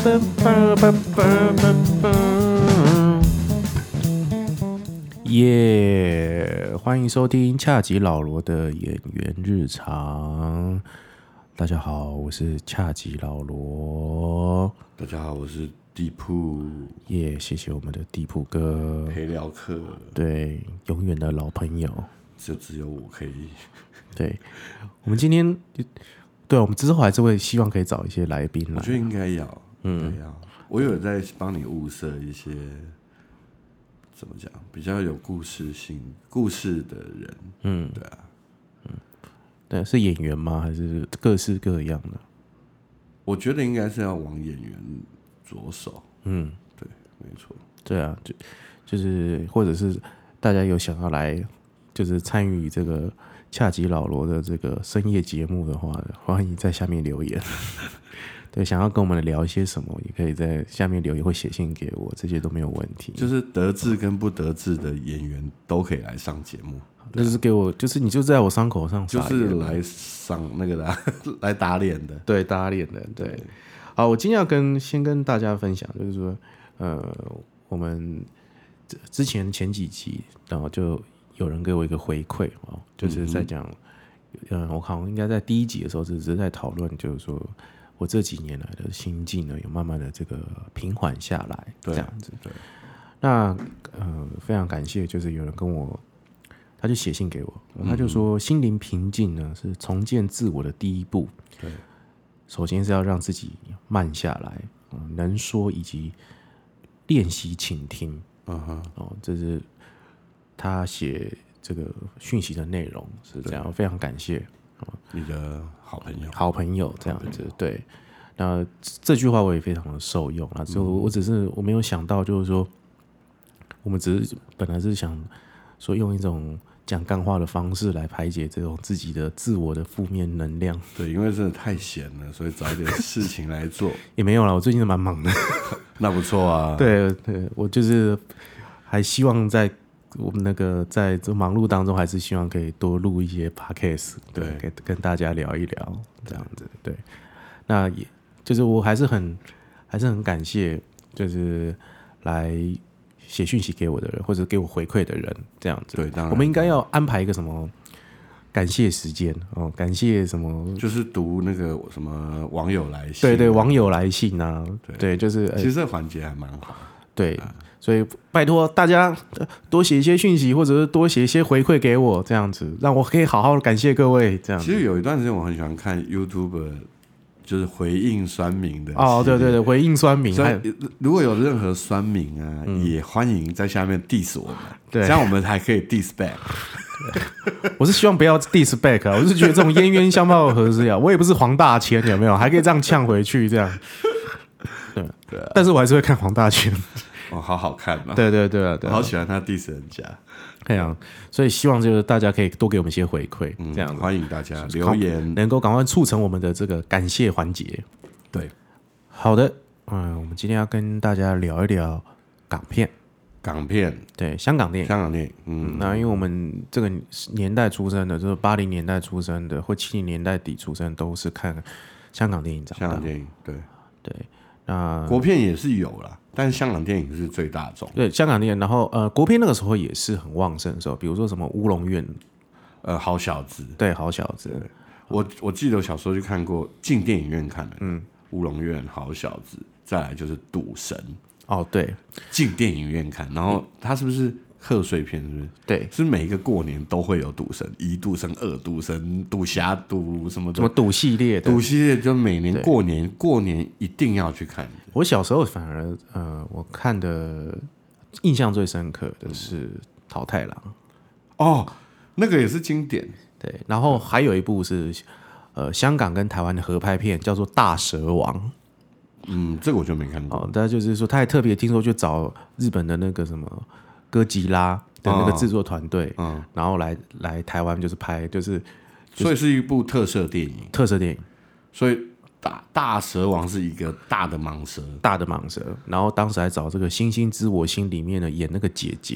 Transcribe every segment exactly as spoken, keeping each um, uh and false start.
耶！ yeah, 欢迎收听恰吉老罗的演员日常。大家好，我是恰吉老罗。 大家好，我是地铺。 耶、yeah, 谢谢我们的地铺哥陪聊客。 对，永远的老朋友。 就只有我可以。 对，我们今天，对，我们之后还是会希望可以找一些来宾来。 我觉得应该要，嗯，要。我有在帮你物色一些。怎么讲？比较有故事性、故事的人，嗯，对啊， 嗯，对，是演员吗？还是各式各样的？ 我觉得应该是要往演员着手，嗯，对，没错， 对啊，就就是或者是大家有想要来，就是参与这个恰吉老罗的这个深夜节目的话，欢迎在下面留言。对，想要跟我们聊一些什么，也可以在下面留言或写信给我，这些都没有问题。 就是得志跟不得志的演员都可以来上节目， 那就是给我，就是你就在我伤口上撒盐， 就是来上那个的，来打脸的， 对，打脸的，对。对好，我今天要跟先跟大家分享，就是说，呃，我们之前前几集，然后就有人给我一个回馈哦，就是在讲，嗯、呃，我好像应该在第一集的时候只是在讨论，就是说。我这几年来的心境呢，有慢慢的这个平缓下来，这样子。对，那呃，非常感谢，就是有人跟我，他就写信给我，他就说，心灵平静呢是重建自我的第一步。对，首先是要让自己慢下来，嗯、能说以及练习倾听。嗯哼，哦，这是他写这个讯息的内容是这样，非常感谢。 你的好朋友， 好朋友这样子，对。那这句话我也非常的受用啊，所以我只是我没有想到，就是说，我们只是本来是想说用一种讲干话的方式来排解这种自己的自我的负面能量。 对，因为真的太闲了，所以找一点事情来做。 也没有啦，我最近蛮忙的。 那不错啊。 对对，我就是还希望在。我们那个在这忙碌当中，还是希望可以多录一些 podcast， 对，跟跟大家聊一聊这样子，对。那也就是我还是很还是很感谢，就是来写讯息给我的人，或者给我回馈的人，这样子。 对，当然， 我们应该要安排一个什么感谢时间哦，感谢什么？ 就是读那个什么网友来信， 对对，网友来信啊，对，对就是、 其实这个环节还蛮好， 对。啊所以拜托大家多写一些讯息，或者是多写一些回馈给我，这样子让我可以好好的感谢各位。这样子， 其实有一段时间我很喜欢看 YouTube， 就是回应酸民的。 哦，对对对，回应酸民。 如果有任何酸民啊、嗯，也欢迎在下面 diss 我们， 对， 这样我们还可以 diss back。 我是希望不要 diss back 啊，我是觉得这种冤冤相报何时了，我也不是黄大千，有没有？还可以这样呛回去，这样。对对、啊，但是我还是会看黄大千。 哦，好好看啊！ 对对对啊，对啊， 好喜欢他 diss 人家， 这样，所以希望就是大家可以多给我们一些回馈，嗯、这样欢迎大家留言， 能够赶快促成我们的这个感谢环节。 对， 好的，嗯，我们今天要跟大家聊一聊港片， 港片， 对，香港电影， 香港电影，嗯， 那因为我们这个年代出生的，就是八零年代出生的，或七零年代底出生，都是看香港电影长大。 香港电影，对对。那国片也是有啦，但是香港电影是最大众。 对，香港电影，然后呃，国片那个时候也是很旺盛的时候，比如说什么乌龙院， 呃，好小子， 对，好小子。 我我记得我小时候去看过，进电影院看的，嗯，乌龙院、好小子，再来就是赌神。 哦，对， 进电影院看，然后他是不是贺岁片？是不是？ 对， 是每一个过年都会有赌神，一赌神、二赌神、赌侠、赌什么的， 什么赌系列的， 赌系列就每年过年过年一定要去看。 我小时候反而呃，我看的印象最深刻的是《桃太郎》 哦，那个也是经典。 对，然后还有一部是呃香港跟台湾的合拍片，叫做《大蛇王》。 嗯，这个我就没看过。 哦，但就是说，他还特别听说，就找日本的那个什么哥吉拉的那个制作团队，嗯，然后来来台湾就是拍，就是、就是、 所以是一部特色电影， 特色电影。 所以大大蛇王是一个大的蟒蛇， 大的蟒蛇。然后当时还找这个《星星知我心》里面的演那个姐姐。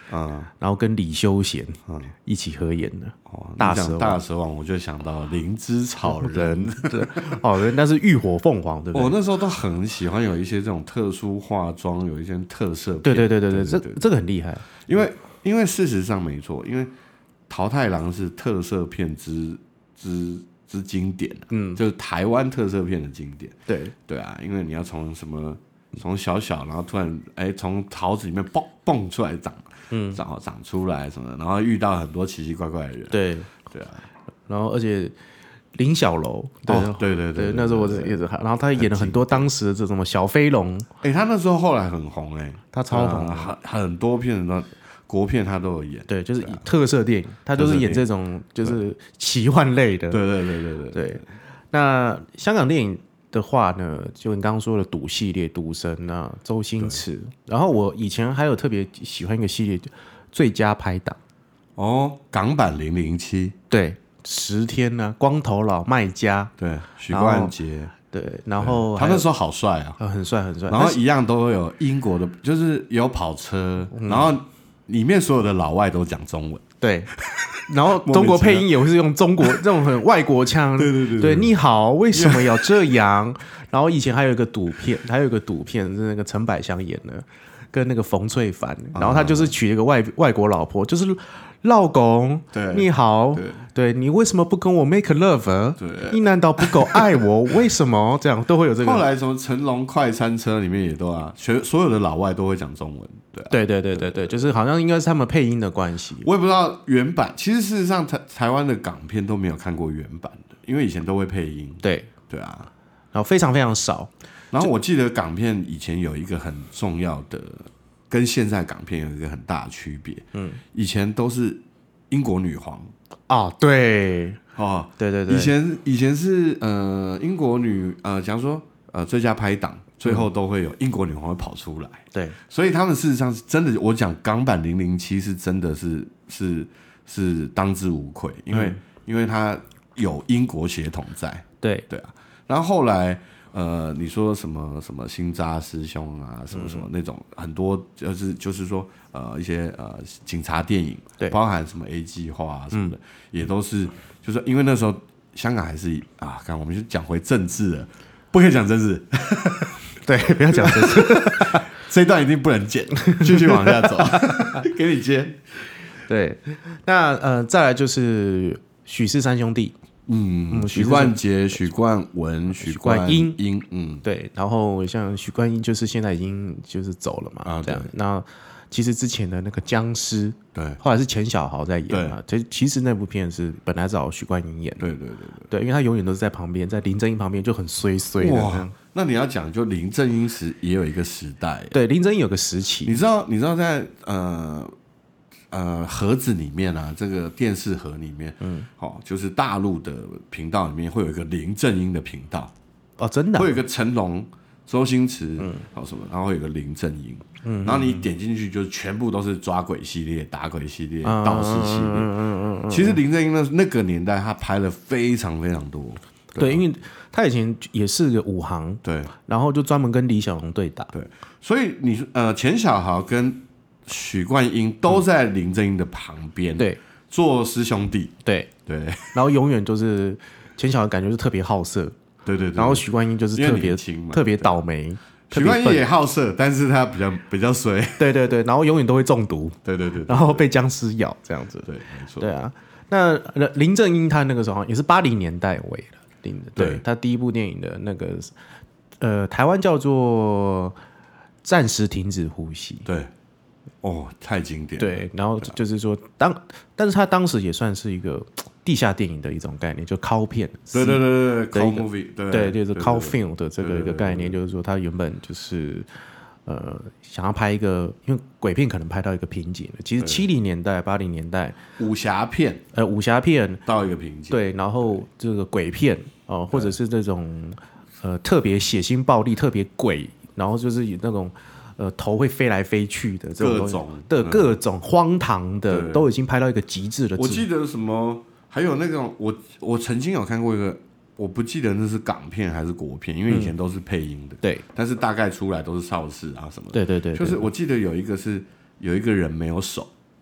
嗯，然后跟李修贤嗯一起合演的。 哦， 大蛇王大蛇王我就想到灵芝草人， 对，哦，那是浴火凤凰，对不对？ 我那时候都很喜欢有一些这种特殊化妆，有一些特色片。 对对对对对，这这个很厉害。 因为因为事实上没错，因为桃太郎是特色片之之之经典、啊，嗯，就是台湾特色片的经典。 对对啊，因为你要从什么从小小，然后突然哎从桃子里面蹦蹦出来长。嗯，长长出来什么的，然后遇到很多奇奇怪怪的人， 对对啊， 然后而且林小楼，对、 哦、对对 对, 对, 对， 那时候我也是，然后他演了很多当时的这种小飞龙， 哎、欸，他那时候后来很红哎、欸， 他超红、 啊，很很多片的国片他都有演， 对，就是特色电影，他就是演这种就是奇幻类的， 对对对对对对, 对。那香港电影的话呢，就你刚刚说的赌系列，赌神啊，周星驰。然后我以前还有特别喜欢一个系列，最佳拍档。 哦，港版零零七， 对，十天呢、啊，光头佬卖家， 对，许冠杰， 对，然后他那时候好帅啊、 呃，很帅很帅。 然后一样都会有英国的，就是有跑车，嗯、然后里面所有的老外都讲中文， 对。然后中国配音也会是用中国这种很外国腔， 对对 对, 对, 对，你好，为什么要这样？然后以前还有一个赌片，还有一个赌片是那个陈百香演的，跟那个冯翠凡，然后他就是娶了一个外外国老婆，就是老公， 对， 你好， 对， 对你为什么不跟我 make love？ 对， 你难道不够爱我？为什么这样都会有这个？ 后来什么成龙快餐车里面也都啊，全所有的老外都会讲中文。对、啊、 对对对对对，就是好像应该是他们配音的关系。 我也不知道原版，其实事实上台台湾的港片都没有看过原版的，因为以前都会配音。 对对啊， 然后非常非常少。 然后我记得港片以前有一个很重要的，跟现在港片有一个很大的区别。嗯，以前都是英国女皇。 哦，对， 哦， 对对对， 以前以前是呃英国女呃，假如说呃最佳拍档。最后都会有英国女皇会跑出来， 对， 所以他们事实上是真的。我讲港版零零七是真的是是是当之无愧，因为、嗯、因为他有英国血统在， 对对啊。然后后来呃，你说什么什么新扎师兄啊，什么什么那种、嗯、很多就是就是说呃一些呃警察电影， 对， 包含什么 A 计划啊什么的，嗯、也都是就是因为那时候香港还是啊，刚我们就讲回政治了，不可以讲政治。 对，不要讲这个， 这一段一定不能剪，继续往下走，给你接。 对，那呃，再来就是许氏三兄弟， 嗯，许冠杰、许冠文、许冠英，英，嗯， 对。然后像许冠英，就是现在已经就是走了嘛，啊，这样。那其实之前的那个僵尸， 对， 后来是钱小豪在演嘛。其其实那部片是本来找许冠英演的， 对对对对，对，因为他永远都是在旁边，在林正英旁边就很衰衰的。 哇，那你要讲就林正英时也有一个时代， 对，林正英有个时期， 你知道你知道在呃呃盒子里面啊，这个电视盒里面，嗯，好、哦，就是大陆的频道里面会有一个林正英的频道， 哦，真的、啊， 会有一个成龙、周星驰，嗯，好什么，然后会有个林正英。嗯，然后你点进去，就全部都是抓鬼系列、打鬼系列、嗯、盗戏系列。嗯嗯嗯。其实林正英那那个年代，他拍了非常非常多。 对，因为他以前也是个武行， 对， 然后就专门跟李小龙对打。 对，所以你呃，钱小豪跟许冠英都在林正英的旁边， 嗯、对， 做师兄弟。 对对。 然后永远就是钱小豪感觉是特别好色， 对对对。 然后许冠英就是特别特别倒霉。 许冠英也好色，但是他比较比较衰， 对对对，然后永远都会中毒， 对对 对, 对， 然后被僵尸咬这样子， 对，没错， 对啊。那林正英他那个时候也是八零年代尾了，对，对他第一部电影的那个呃，台湾叫做《暂时停止呼吸》， 对，哦，太经典了， 对，然后就是说当，但是他当时也算是一个地下电影的一种概念，就拷片， 对对对对 ，call movie， 对对，就是 call film 的这个一个概念，就是说他原本就是呃想要拍一个，因为鬼片可能拍到一个瓶颈了。其实七零年代、八零年代武侠片， 呃武侠片到一个瓶颈， 对，然后这个鬼片哦、呃，或者是这种呃特别血腥暴力、特别鬼，然后就是有那种。呃，头会飞来飞去的这种各种的各种荒唐的， 嗯、 都已经拍到一个极致了。 我记得什么，还有那种我我曾经有看过一个，我不记得那是港片还是国片，因为以前都是配音的，嗯、对，但是大概出来都是邵氏啊什么的， 对对 对, 对， 就是我记得有一个是有一个人没有手，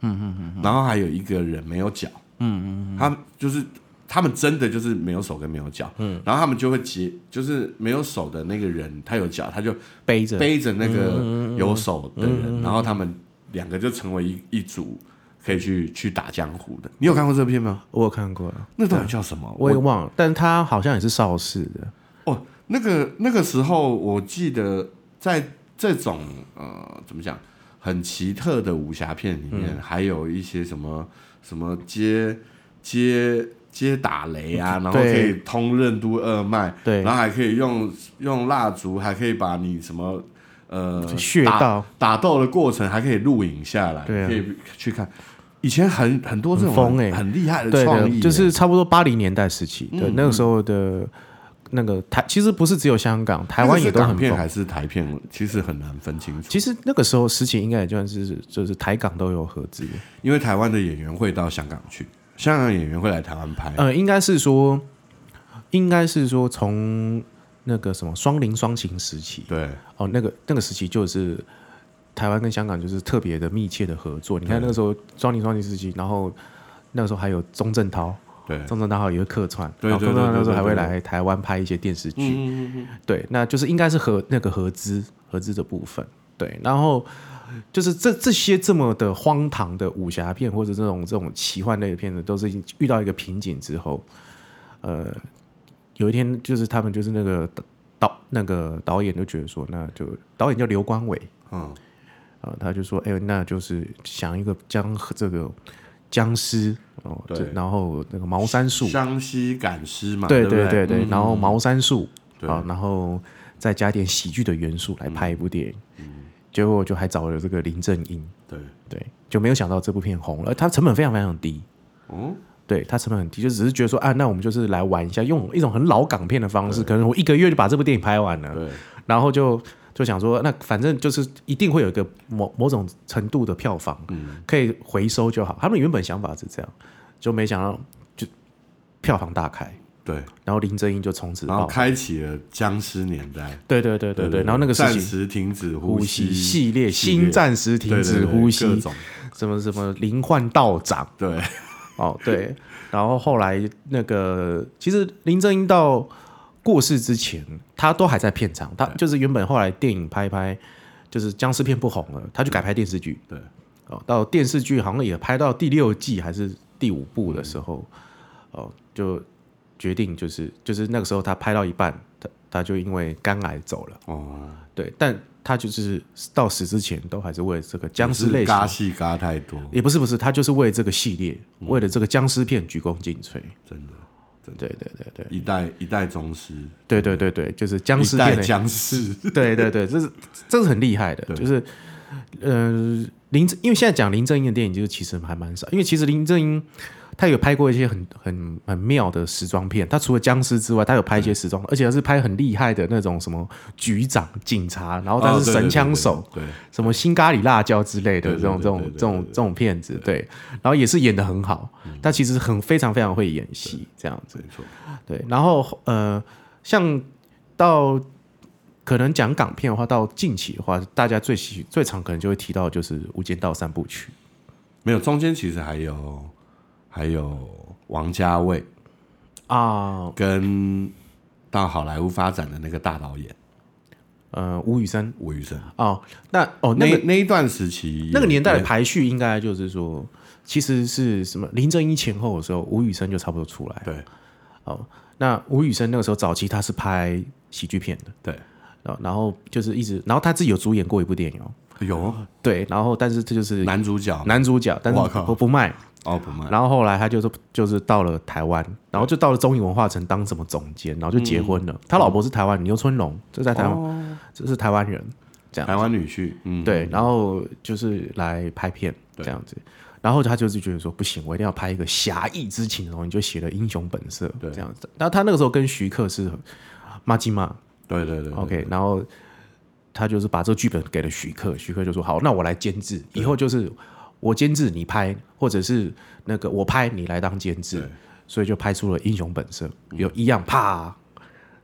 嗯嗯嗯，然后还有一个人没有脚，嗯嗯嗯，他就是他们真的就是没有手跟没有脚，嗯，然后他们就会结，就是没有手的那个人他有脚，他就背着背着那个有手的人，然后他们两个就成为一一组。可以去去打江湖的，你有看过这片吗？ 我有看过， 那到底叫什么？ 我也忘了，但他好像也是邵氏的。 哦，那个那个时候，我记得在这种呃怎么讲很奇特的武侠片里面，嗯、还有一些什么什么接接接打雷啊，然后可以通任督二脉，对，然后还可以用用蜡烛，还可以把你什么。呃， 穴道打, 打斗的过程还可以录影下来，啊、可以去看。以前很很多这种 很, 很, 很厉害的创意， 就是差不多八零年代时期，对、嗯、那个时候的那个台，其实不是只有香港，台湾也都很港片还是台片，其实很难分清楚。 其实那个时候时期应该也算是就是台港都有合资， 因为台湾的演员会到香港去，香港演员会来台湾拍。 呃，应该是说，应该是说从那个什么双林双情时期， 对， 哦，那个那个时期就是台湾跟香港就是特别的密切的合作。你看那个时候双林双情时期，然后那个时候还有钟镇涛， 对， 钟镇涛也会客串， 对对对， 那时候还会来台湾拍一些电视剧，嗯嗯嗯对，那就是应该是合那个合资合资的部分，对，然后就是这这些这么的荒唐的武侠片或者这种这种奇幻类的片子，都是遇到一个瓶颈之后，呃。有一天，就是他们就是那个导那个导演就觉得说，那就导演叫刘光伟，嗯，啊，他就说，哎、欸，那就是想一个僵这个僵尸哦，然后那个茅山术， 湘西赶尸嘛， 对对对对对， 嗯、 然后茅山术啊，然后再加点喜剧的元素来拍一部电影，嗯嗯、结果就还找了这个林正英， 对对，就没有想到这部片红了，它成本非常非常低，哦。对，它成本很低，就只是觉得说啊，那我们就是来玩一下，用一种很老港片的方式，可能我一个月就把这部电影拍完了， 对， 然后就就想说，那反正就是一定会有一个某某种程度的票房，嗯，可以回收就好。他们原本想法是这样，就没想到就票房大开， 对， 然后林正英就从此然后开启了僵尸年代， 对对对对对，然后那个暂时停止呼吸系列，新暂时停止呼吸， 各种什么什么灵幻道长， 对。 哦，对，然后后来那个，其实林正英到过世之前，他都还在片场，他就是原本后来电影拍拍，就是僵尸片不红了，他就改拍电视剧。 对， 哦，到电视剧好像也拍到第六季还是第五部的时候，嗯、哦，就决定就是就是那个时候他拍到一半，他他就因为肝癌走了。哦，对，但。他就是到死之前都还是为了这个僵尸类型， 嘎戏嘎太多， 也不是不是，他就是为了这个系列，嗯、为了这个僵尸片鞠躬尽瘁， 真的，真的对对对对， 一代一代宗师， 对对对对，就是僵尸片一代僵尸， 对对对，这是这是很厉害的，就是呃林，因为现在讲林正英的电影，就是其实还蛮少，因为其实林正英。他有拍过一些很很很妙的时装片，他除了僵尸之外，他有拍一些时装，而且是拍很厉害的那种什么局长、警察，然后他是神枪手， 对， 什么新咖喱辣椒之类的这种这种这种这种片子，对，然后也是演得很好，他其实很非常非常会演戏，这样子， 没错， 对，然后呃，像到可能讲港片的话，到近期的话，大家最喜最常可能就会提到就是《无间道》三部曲， 没有，中间其实还有。还有王家卫啊， 跟到好莱坞发展的那个大导演， 呃，吴宇森， 吴宇森哦，那哦， 那个、那, 那一段时期， 那个年代的排序应该就是说，其实是什么？林正英前后的时候，吴宇森就差不多出来。 对， 哦，那吴宇森那个时候早期他是拍喜剧片的， 对， 然后就是一直，然后他自己有主演过一部电影哦， 有， 对，然后但是这就是男主角， 男主角，但是不不卖。 哦，不卖。 然后后来他就是就是到了台湾，然后就到了中影文化城当什么总监，然后就结婚了。嗯、他老婆是台湾牛春龙，这在台湾，哦、这是台湾人，这样台湾女婿，嗯， 对。然后就是来拍片这样子，然后他就是觉得说不行，我一定要拍一个侠义之情，然后你就写了《英雄本色》这样子。然后他那个时候跟徐克是马吉玛， 对对 对, 对 ，OK， 然后他就是把这个剧本给了徐克，徐克就说好，那我来监制，以后就是。我监制你拍，或者是那个我拍你来当监制，所以就拍出了《英雄本色》，有一样啪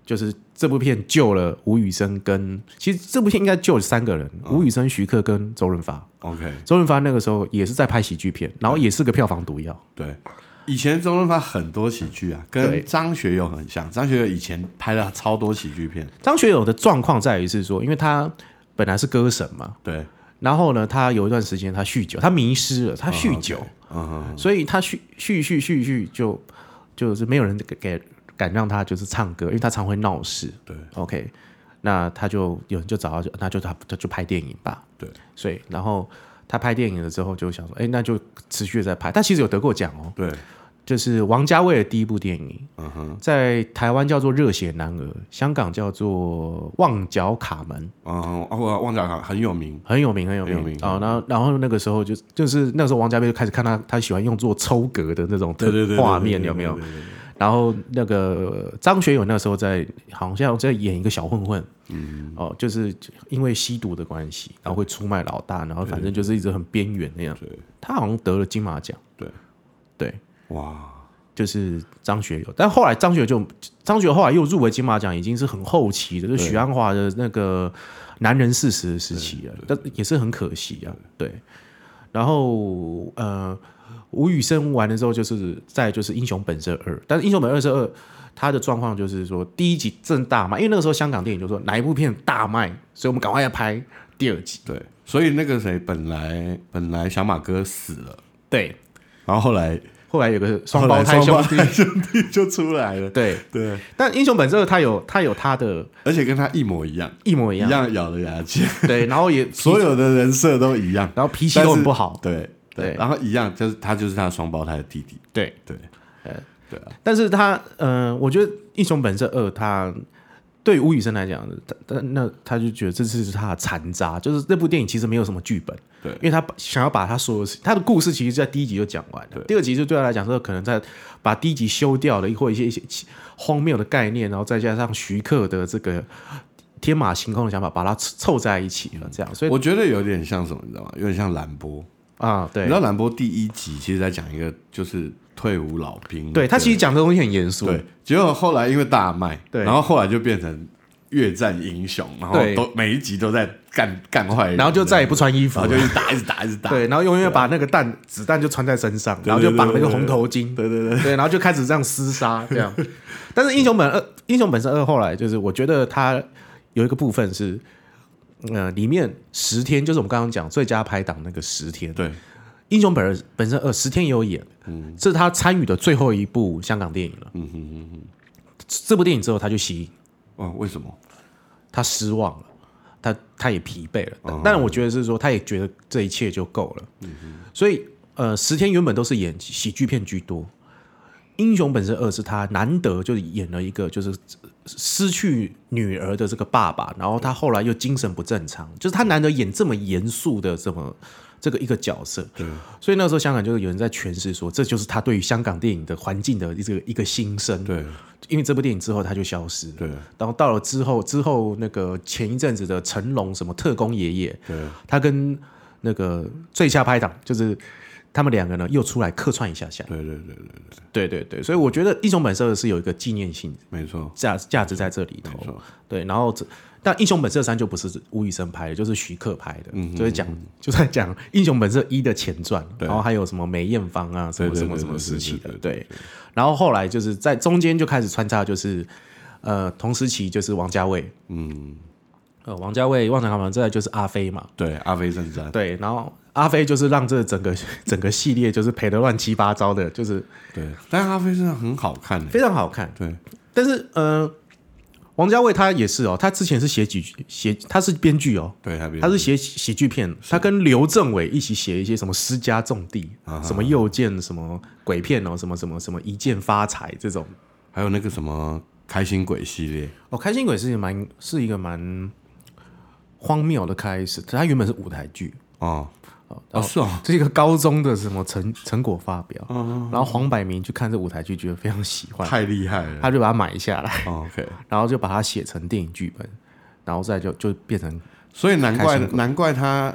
就是这部片救了吴宇森跟，其实这部片应该救了三个人，嗯、吴宇森、徐克跟周润发。 OK， 周润发那个时候也是在拍喜剧片，然后也是个票房毒药。 对，以前周润发很多喜剧啊，跟张学友很像。张学友以前拍了超多喜剧片。 张学友的状况在于是说，因为他本来是歌神嘛， 对。 然后呢，他有一段时间他酗酒，他迷失了，他酗酒， oh, okay. uh-huh. 所以他酗酗酗酗酗就就是没有人给敢让他就是唱歌，因为他常会闹事。 对 ，OK， 那他就有人就找他，那就他他就拍电影吧。 对， 所以然后他拍电影了之后就想说，哎，那就持续的在拍。他其实有得过奖哦。 对。 就是王家卫的第一部电影， 嗯哼， 在台湾叫做《热血男儿》，香港叫做《旺角卡门》。 哦，旺角卡很有名， 很有名，很有名。名哦，然后，然后那个时候就就是那个时候，王家卫就开始看他，他喜欢用做抽格的那种画面，有没有？然后那个张学友那时候在好像在演一个小混混，嗯，哦，就是因为吸毒的关系，然后会出卖老大，然后反正就是一直很边缘那样。对，他好像得了金马奖。 对， 对。 哇， 就是张学友，但后来张学友就张学友后来又入围金马奖，已经是很后期的，就是许鞍华的那个男人四十的时期了，但也是很可惜啊。对，然后呃，吴宇森完了之后，就是再就是《英雄本色二》，但是《英雄本色二》他的状况就是说，第一集正大卖，因为那个时候香港电影就说哪一部片大卖，所以我们赶快要拍第二集。 对，所以那个谁本来本来小马哥死了， 对， 然后后来。 后来有个双胞胎兄弟兄弟就出来了， 对对。 但英雄本色他有他有他的， 而且跟他一模一样， 一模一样， 一样咬的牙签， 对。然后也所有的人设都一样， 然后脾气都很不好， 对对。然后一样，就是他就是他的双胞胎的弟弟， 对对，呃对啊。 但是他嗯、呃，我觉得英雄本色二他。对于吴宇森来讲，他那他就觉得这是他的残渣，就是这部电影其实没有什么剧本， 对， 因为他想要把他所有他的故事其实在第一集就讲完了，第二集就对他来讲说可能在把第一集修掉了，或一些一些荒谬的概念，然后再加上徐克的这个天马行空的想法，把它凑在一起了，这样，所以我觉得有点像什么，你知道吗？有点像蓝波啊，对， 你知道蓝波第一集其实在讲一个就是退伍老兵， 对他其实讲的东西很严肃， 对，结果后来因为大卖，对，然后后来就变成越战英雄，然后都每一集都在干干坏人， 然后就再也不穿衣服， 然后就一直打一直打一直打， 对，然后永远把那个弹子弹就穿在身上，然后就绑那个红头巾， 对对对对，然后就开始这样厮杀这样。但是英雄本二英雄本色二后来就是我觉得它有一个部分是，呃，里面十天就是我们刚刚讲最佳拍档那个十天， 对。 英雄本本身二十天也有演，嗯，这是他参与的最后一部香港电影了。嗯哼哼哼，这部电影之后他就息， 哦，为什么？ 他失望了，他他也疲惫了。嗯、但我觉得是说，他也觉得这一切就够了。嗯哼，所以呃，十天原本都是演喜剧片居多，英雄本身二是他难得就是演了一个就是失去女儿的这个爸爸，然后他后来又精神不正常，就是他难得演这么严肃的这么。这个一个角色，对，所以那时候香港就是有人在诠释说，这就是他对于香港电影的环境的这个一个心声。对，因为这部电影之后他就消失了。对，然后到了之后，之后那个前一阵子的成龙什么特工爷爷，对，他跟那个最佳拍档就是他们两个呢又出来客串一下下。 对对对对对对对对，所以我觉得《英雄本色》是有一个纪念性， 没错， 价价值在这里头。对，然后这。但《英雄本色三》就不是吴宇森拍的，就是徐克拍的，嗯、就是讲就在讲《英雄本色一》的前传，然后还有什么梅艳芳啊，什么什么什么时期的，对。然后后来就是在中间就开始穿插，就是呃同时期就是王家卫，嗯，呃王家卫《旺角卡门》再来就是阿飞嘛， 对，阿飞正传， 对，然后阿飞就是让这整个整个系列就是赔得乱七八糟的，就是对，但是阿飞真的很好看， 非常好看， 对， 但是呃。王家卫他也是哦，他之前是写喜写，他是编剧哦， 对，他, 他是写喜剧片，他跟刘镇伟一起写一些什么私家种地，啊、什么右见什么鬼片哦，什么什么什么一见发财这种， 还有那个什么开心鬼系列哦，开心鬼是蛮是一个蛮荒谬的开始，他原本是舞台剧哦。哦，是哦， 这是一个高中的什么成成果发表，嗯、然后黄百鸣去看这舞台剧，觉得非常喜欢， 太厉害了， 他就把它买下来、 哦、，OK， 然后就把它写成电影剧本，然后再就就变成， 所以难怪难怪他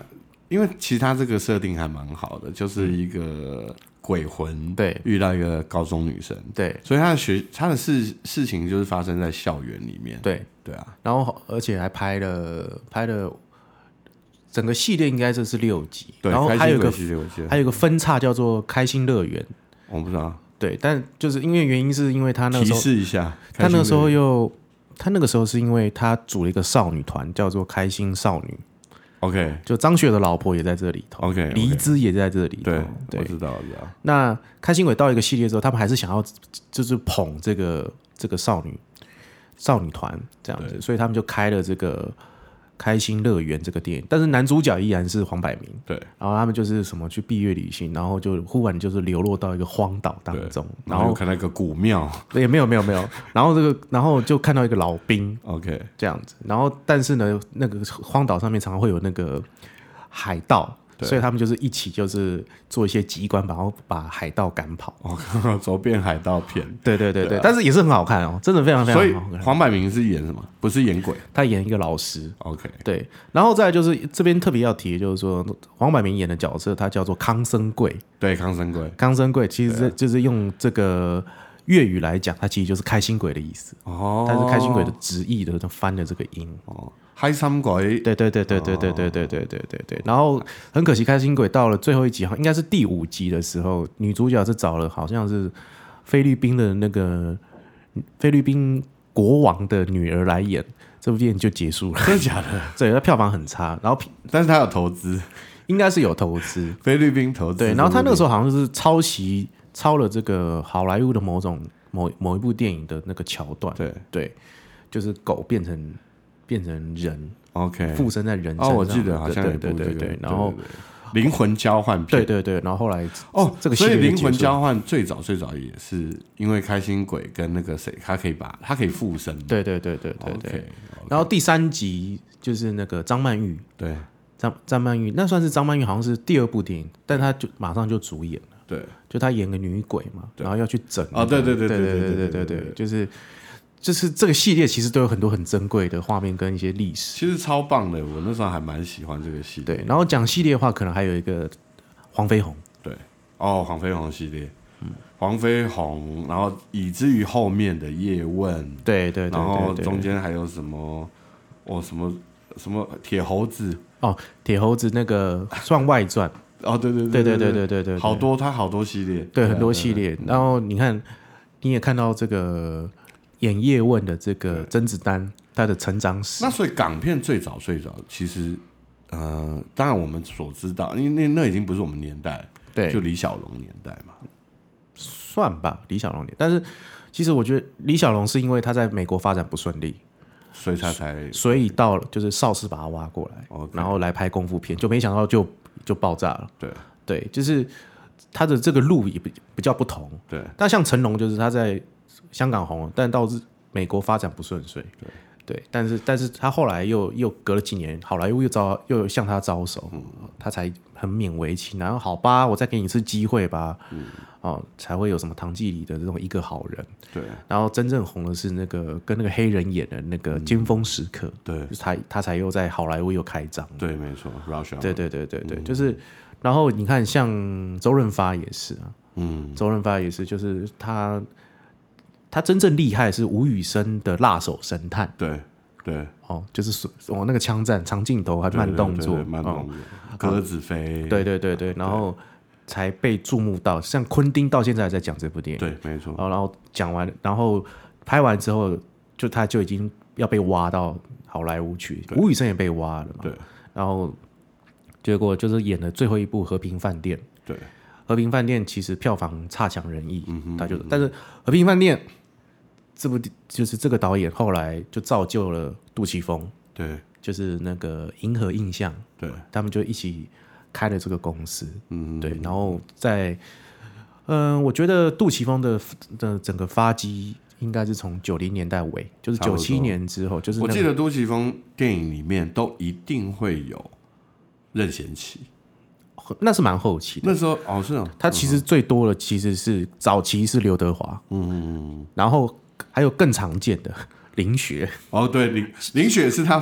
因为其他这个设定还蛮好的，就是一个鬼魂对遇到一个高中女生， 对， 所以他的学他的事事情就是发生在校园里面， 对对啊， 然后而且还拍了拍了整个系列应该这是六集， 对， 然后还有一个开心鬼系列我记得还有一个分叉叫做开心乐园， 我不知道， 对，但就是因为原因是因为他那个时提候示一下， 他那个时候开心乐园又他那个时候是因为他组了一个少女团叫做开心少女， OK 就张学的老婆也在这里头 OK， 黎姿也在这里头， 对， 对我知道，我知道， 那开心鬼到一个系列之后，他们还是想要就是捧这个这个少女少女团这样子，所以他们就开了这个开心乐园这个电影，但是男主角依然是黄百鸣， 对， 然后他们就是什么去蜜月旅行，然后就忽然就是流落到一个荒岛当中， 然后看到一个古庙也没有没有没有，然后这个然后就看到一个老兵 ，OK， 这样子，然后但是呢，那个荒岛上面常常会有那个海盗。所以他们就是一起就是做一些机关，然后把海盗赶跑。 哦，走遍海盗片， 对对对对，但是也是很好看哦，真的非常非常好看。 所以黄百鸣是演什么？不是演鬼， 他演一个老师。 OK， 对，然后再来就是这边特别要提的就是说，黄百鸣演的角色他叫做康生贵。 对，康生贵， 康生贵其实就是用这个粤语来讲，它其实就是开心鬼的意思。 哦， 但是开心鬼的直译的翻的这个音。 哦，开心鬼， 对对对对对对对对对对对对。然后很可惜，开心鬼到了最后一集，应该是第五集的时候，女主角是找了好像是菲律宾的那个菲律宾国王的女儿来演，这部电影就结束了。 真的假的？ 对，它票房很差，然后但是他有投资， 应该是有投资， 菲律宾投资。 对，然后他那个时候好像是抄袭抄了这个好莱坞的某种某某一部电影的那个桥段， 对对，就是狗变成变成人 ，OK， 附身在人身哦， 上， 我记得好像有一部对对对这个对，然后灵魂交换片， 对对对，然后后来哦， 这个系所以列就结束了灵魂交换最早最早也是因为开心鬼跟那个谁，他可以把他可以附身， 对对对对对对， OK， 然后第三集就是那个张曼玉， 对张张曼玉那算是张曼玉好像是第二部电影，但她就马上就主演了， 对， 就她演个女鬼嘛，然后要去整哦，对对对对对对对对对，就是就是这个系列其实都有很多很珍贵的画面跟一些历史， 其实超棒的，我那时候还蛮喜欢这个系列。 对，然后讲系列的话，可能还有一个黄飞鸿， 对，哦，黄飞鸿系列，嗯，黄飞鸿，然后以至于后面的叶问， 对对对， 然后对对中间还有什么，哦，什么什么铁猴子， 哦，铁猴子那个算外传， 哦，对对对对对对对对对， 好多他好多系列， 对很多系列，然后你看你也看到这个演叶问的这个甄子丹他的成长史， 那所以港片最早最早其实，呃，当然我们所知道，因为那那已经不是我们年代， 对， 就李小龙年代嘛， 算吧，李小龙年，但是其实我觉得李小龙是因为他在美国发展不顺利， 所以他才所以到了就是邵氏把他挖过来， OK 然后来拍功夫片，就没想到就就爆炸了。 对对，就是他的这个路也比比较不同。 对但像成龙，就是他在香港红了，但到日美国发展不顺遂。 对对，但是但是他后来又又隔了几年，好莱坞又招又向他招手， 嗯他才很勉为其难。好吧，我再给你一次机会吧。嗯，哦，才会有什么唐季礼的这种一个好人。 对然后真正红的是那个跟那个黑人演的那个《尖峰时刻》， 对就是他他才又在好莱坞又开张。 对，没错 ，Rush， 对对对对对，就是，然后你看像周润发也是啊， 嗯， 周润发也是，就是他他真正厉害是吴宇森的辣手神探对对， 哦，就是哦那个枪战长镜头还慢动作， 对对对慢动作，鸽子飞， 对对对对，然后才被注目到，像昆汀到现在还在讲这部电影， 对，没错， 然后然后讲完，然后拍完之后，就他就已经要被挖到好莱坞去，吴宇森也被挖了嘛， 对， 然后结果就是演了最后一部《和平饭店》， 对， 《和平饭店》其实票房差强人意， 嗯哼他就但是《和平饭店》这部就是这个导演后来就造就了杜琪峰， 对就是那个银河印象， 对， 他们就一起开了这个公司， 嗯， 对，然后在嗯、呃我觉得杜琪峰的的整个发迹应该是从九零年代尾，就是差不多九七年之后，就是、那个、 我记得杜琪峰电影里面都一定会有任贤齐， 那是蛮后期的。 那时候哦是哦， 他其实最多的其实是早期是刘德华， 嗯嗯嗯， 然后还有更常见的林雪， 哦对，林林雪是他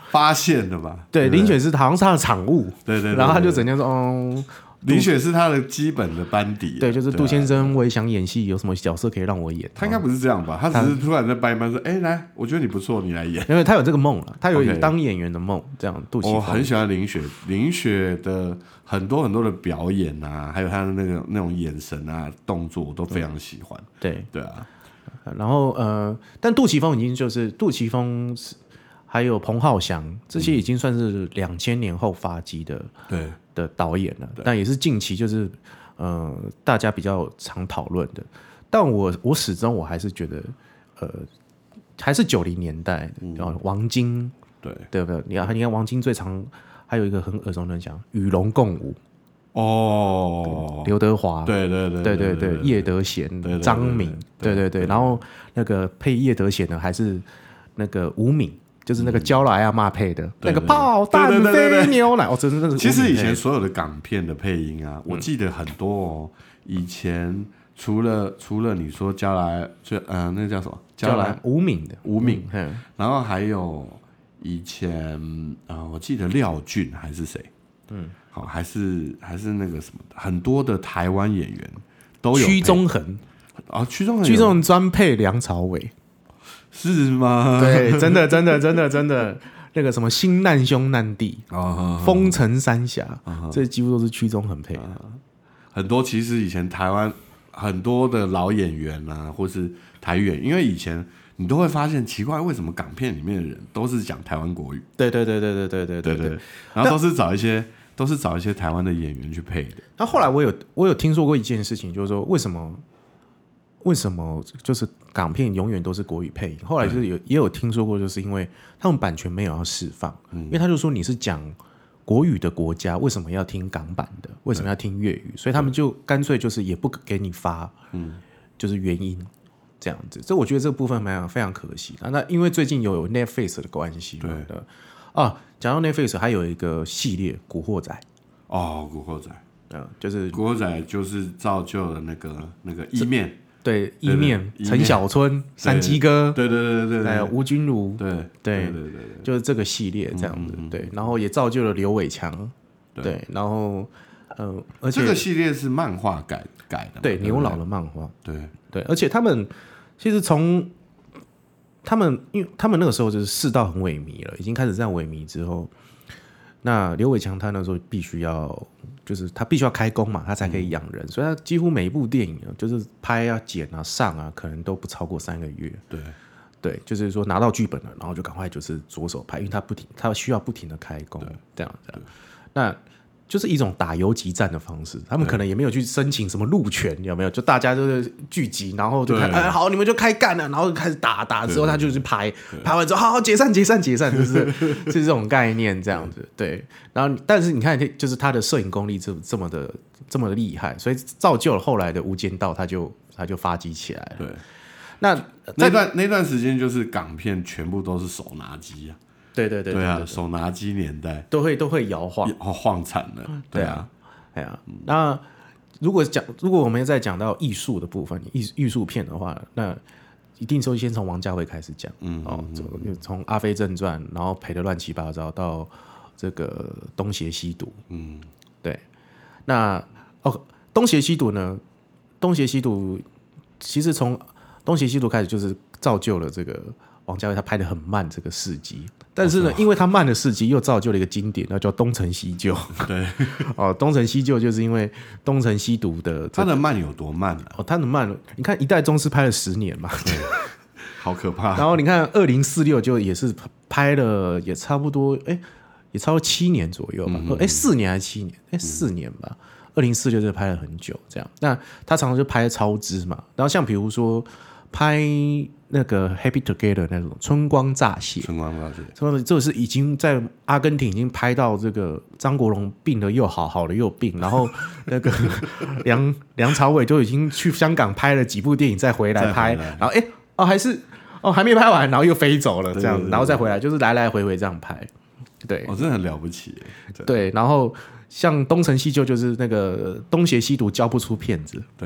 发现的吧？ 对， 对林雪是好像是他的产物， 对对对， 然后他就整天说，哦。 林雪是他的基本的班底， 对，就是杜先生，我也想演戏，有什么角色可以让我演？ 他应该不是这样吧？他只是突然在班一班说：“哎、欸，来，我觉得你不错，你来演。” 因为他有这个梦了，他有当演员的梦。这样，杜琪峰我很喜欢林雪，林雪的很多很多的表演啊，还有他的那个那种眼神啊、动作，我都非常喜欢。 对对啊， 然后呃，但杜琪峰已经就是杜琪峰，还有彭浩翔这些已经算是两千年后发迹的。 对。 的导演了，但也是近期就是呃大家比较常讨论的。但我我始终我还是觉得呃还是九零年代，嗯，王晶， 对对不对？你看你看王晶最常还有一个很耳熟能详，与龙共舞。 哦， 刘德华， 对对对对对对，叶德娴、张敏，对对对，然后那个配叶德娴的还是那个吴敏。就是那个娇来阿嬷配的、嗯、那个炮弹飞牛奶，哦，真的是。 其实以前所有的港片的配音啊，我记得很多哦。以前除了除了你说娇来，就呃那个叫什么？ 娇来吴敏的吴敏、嗯，然后还有以前啊、呃，我记得廖俊还是谁？嗯，好，还是还是那个什么，很多的台湾演员都有。 屈中恒啊，屈中恒， 屈中恒专配梁朝伟。 是吗？ 对，真的，真的，真的，真的，那个什么新难兄难弟、 哦、 风尘三侠， 哦、 这几乎都是屈中恒配的、哦。 很多其实以前台湾很多的老演员啊，或是台语演员，因为以前你都会发现奇怪，为什么港片里面的人都是讲台湾国语？ 对对对对对对对对对, 对然后都是找一些都是找一些台湾的演员去配的。 那后来我有我有听说过一件事情，就是说为什么？为什么就是港片永远都是国语配音？后来就是有也有听说过，就是因为他们版权没有要释放、嗯，因为他就说你是讲国语的国家，为什么要听港版的？为什么要听粤语？所以他们就干脆就是也不给你发，嗯，就是原音这样子。这我觉得这个部分蛮非常可惜的。那因为最近有 Netflix 的关系，对的啊。讲到 Netflix 还有一个系列《古惑仔》 哦，《古惑仔》 嗯，就是 《古惑仔》就是造就了那个那个一面。 对，一面陈小春、山鸡哥， 对对对对对， 还有吴君如， 对对对对对， 就是这个系列这样子，嗯嗯嗯对，然后也造就了刘伟强，对，然后呃，而且这个系列是漫画改改的， 对，牛老的漫画， 对对，而且他们其实从他们，因为他们那个时候就是世道很萎靡了，已经开始这样萎靡之后，那刘伟强他那时候必须要。就是他必须要开工嘛，他才可以养人、嗯，所以他几乎每一部电影就是拍啊、剪啊、上啊，可能都不超过三个月。 对， 对，就是说拿到剧本了，然后就赶快就是着手拍，因为他不停，他需要不停的开工，这样这样。那就是一种打游击战的方式，他们可能也没有去申请什么路权，有没有？就大家就是聚集，然后就开，哎，好，你们就开干了，然后开始打打之后，他就去拍，拍完之后，好好解散，解散，解散，就是是这种概念这样子，对。然后，但是你看，就是他的摄影功力这这么的这么的厉害，所以造就了后来的《无间道》，他就他就发迹起来了。 对， 那那段那段时间就是港片全部都是手拿机啊。 对对对对, 对啊，手拿机年代都会都会摇晃， 晃惨了。对啊， 哎呀、啊嗯，那如果讲如果我们再讲到艺术的部分，艺艺术片的话，那一定说先从王家卫开始讲，嗯哦，从《阿飞正传》，然后赔得乱七八糟，到这个《东邪西毒》，嗯，对，那哦，《东邪西毒》呢，《东邪西毒》其实从《东邪西毒》开始就是造就了这个王家卫他拍得很慢这个事迹。但是呢，因为他慢的事迹，又造就了一个经典，那叫东成西就。 对， 哦，东成西就就是因为东成西毒的、 这個，他的慢有多慢啊？ 哦，他的慢，你看《一代宗师》拍了十年嘛， 好可怕。 然后你看二零四六就也是拍了，也差不多，哎，也超过七年左右吧，哎、嗯，四年还是七年？哎，四年吧。二零四六就拍了很久，这样。那他常常就拍超支嘛，然后像比如说拍。那个 Happy Together 那种春光乍泄， 春光乍泄， 这这是已经在阿根廷已经拍到这个张国荣病了又好，好了又病，然后那个梁梁朝伟都已经去香港拍了几部电影再回来拍，然后哎哦还是哦还没拍完，然后又飞走了这样子，然后再回来，就是来来回回这样拍，对， 哦，真的很了不起， 对，然后像东成西就就是那个东邪西毒教不出骗子， 对。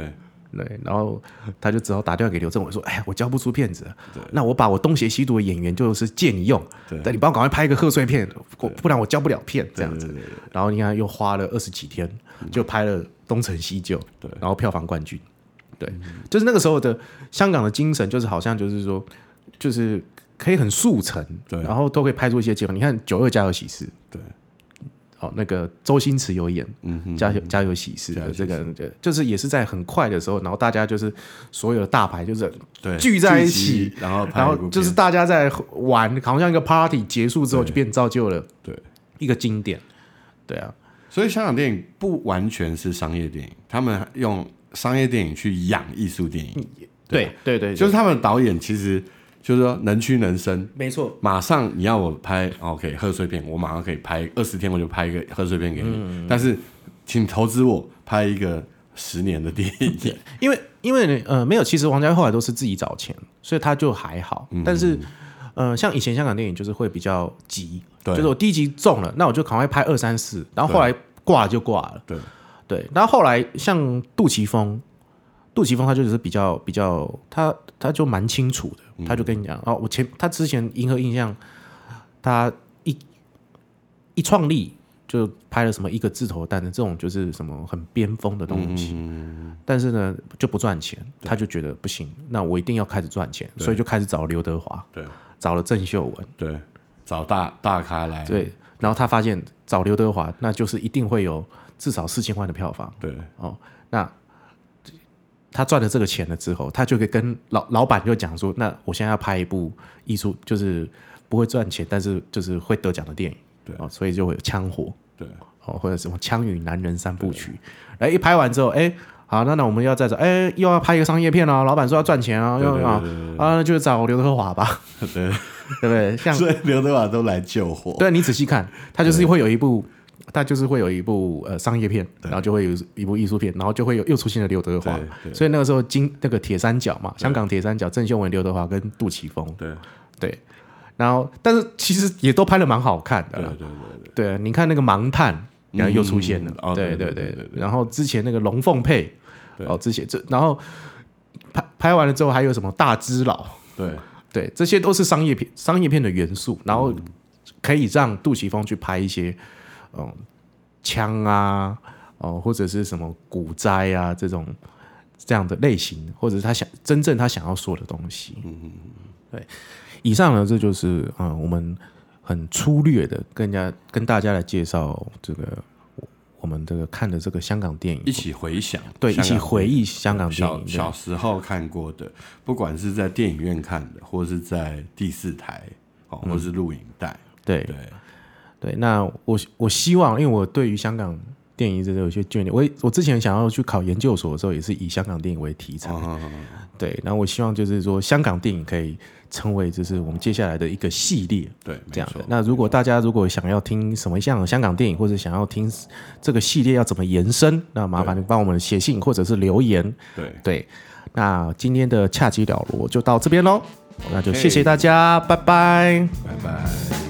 对，然后他就只好打电话给刘镇伟说：“哎呀，我交不出片子，那我把我东邪西毒的演员就是借你用，对，你帮我赶快拍一个贺岁片，不然我交不了片这样子。”然后你看又花了二十几天，就拍了《东成西就》，然后票房冠军。对，就是那个时候的香港的精神，就是好像就是说，就是可以很速成，然后都可以拍出一些结果。你看《九二家有喜事》，对。哦，那个周星驰有演《家有家有喜事》的这个，就是也是在很快的时候，然后大家就是所有的大牌就是聚在一起， 然后然后就是大家在玩，好像一个 party 结束之后就变造就了对一个经典，对啊。 所以香港电影不完全是商业电影，他们用商业电影去养艺术电影， 对对 对, 对， 就是他们的导演其实。就是说能屈能伸， 没错。马上你要我拍 OK 贺岁片，我马上可以拍二十天，我就拍一个贺岁片给你。嗯、但是，请投资我拍一个十年的电影， 因为因为呃没有，其实王家卫后来都是自己找钱，所以他就还好。嗯、但是呃，像以前香港电影就是会比较急，就是我第一集中了，那我就赶快拍二三四，然后后来挂了就挂了。对对，然后后来像杜琪峰。杜琪峰他就是比较比较他他就蛮清楚的，他就跟你讲、嗯、哦，我前他之前银河印象，他一一创立就拍了什么一个字头蛋的这种就是什么很边锋的东西，嗯、但是呢就不赚钱，他就觉得不行，那我一定要开始赚钱，所以就开始找刘德华，对，找了郑秀文， 对，找大大咖来， 对，然后他发现找刘德华那就是一定会有至少四千万的票房，对，哦，那。他赚了这个钱了之后，他就可以跟老老板就讲说：“那我现在要拍一部艺术，就是不会赚钱，但是就是会得奖的电影。”对、哦，所以就会有《枪火》对，哦，或者什么《枪与男人三部曲》。哎，一拍完之后，哎，好，那那我们要再找，哎，又要拍一个商业片哦。老板说要赚钱啊，要啊啊，就找刘德华吧。对，对不对？像所以刘德华都来救火。 对，你仔细看，他就是会有一部。他就是会有一部呃商业片，然后就会有一部艺术片，然后就会有又出现了刘德华，所以那个时候金那个铁三角嘛，香港铁三角，郑秀文、刘德华跟杜琪峰，对对，然后但是其实也都拍得蛮好看的，对对对对，对，你看那个盲探，然后又出现了，嗯、对对 对, 对, 对, 对，然后之前那个龙凤配，哦之前这然后拍拍完了之后还有什么大只佬，对对，这些都是商业片商业片的元素，然后可以让杜琪峰去拍一些。嗯，枪啊，哦，或者是什么股灾啊，这种这样的类型，或者是他想真正他想要说的东西。嗯嗯嗯，对。以上呢，这就是嗯我们很粗略的跟人家跟大家来介绍这个我们这个看的这个香港电影， 一起回想， 对，一起回忆香港电影， 小, 小时候看过的，不管是在电影院看的，或是在第四台，哦，或是录影带，嗯、 对对。对，那我我希望，因为我对于香港电影真的有些眷恋。我我之前想要去考研究所的时候，也是以香港电影为题材。哦、对，然后我希望就是说，香港电影可以成为就是我们接下来的一个系列。对，这样的。那如果大家如果想要听什么像香港电影，或者想要听这个系列要怎么延伸，那麻烦你帮我们写信或者是留言。对对，那今天的恰吉了罗就到这边喽，那就谢谢大家，拜拜， 拜拜。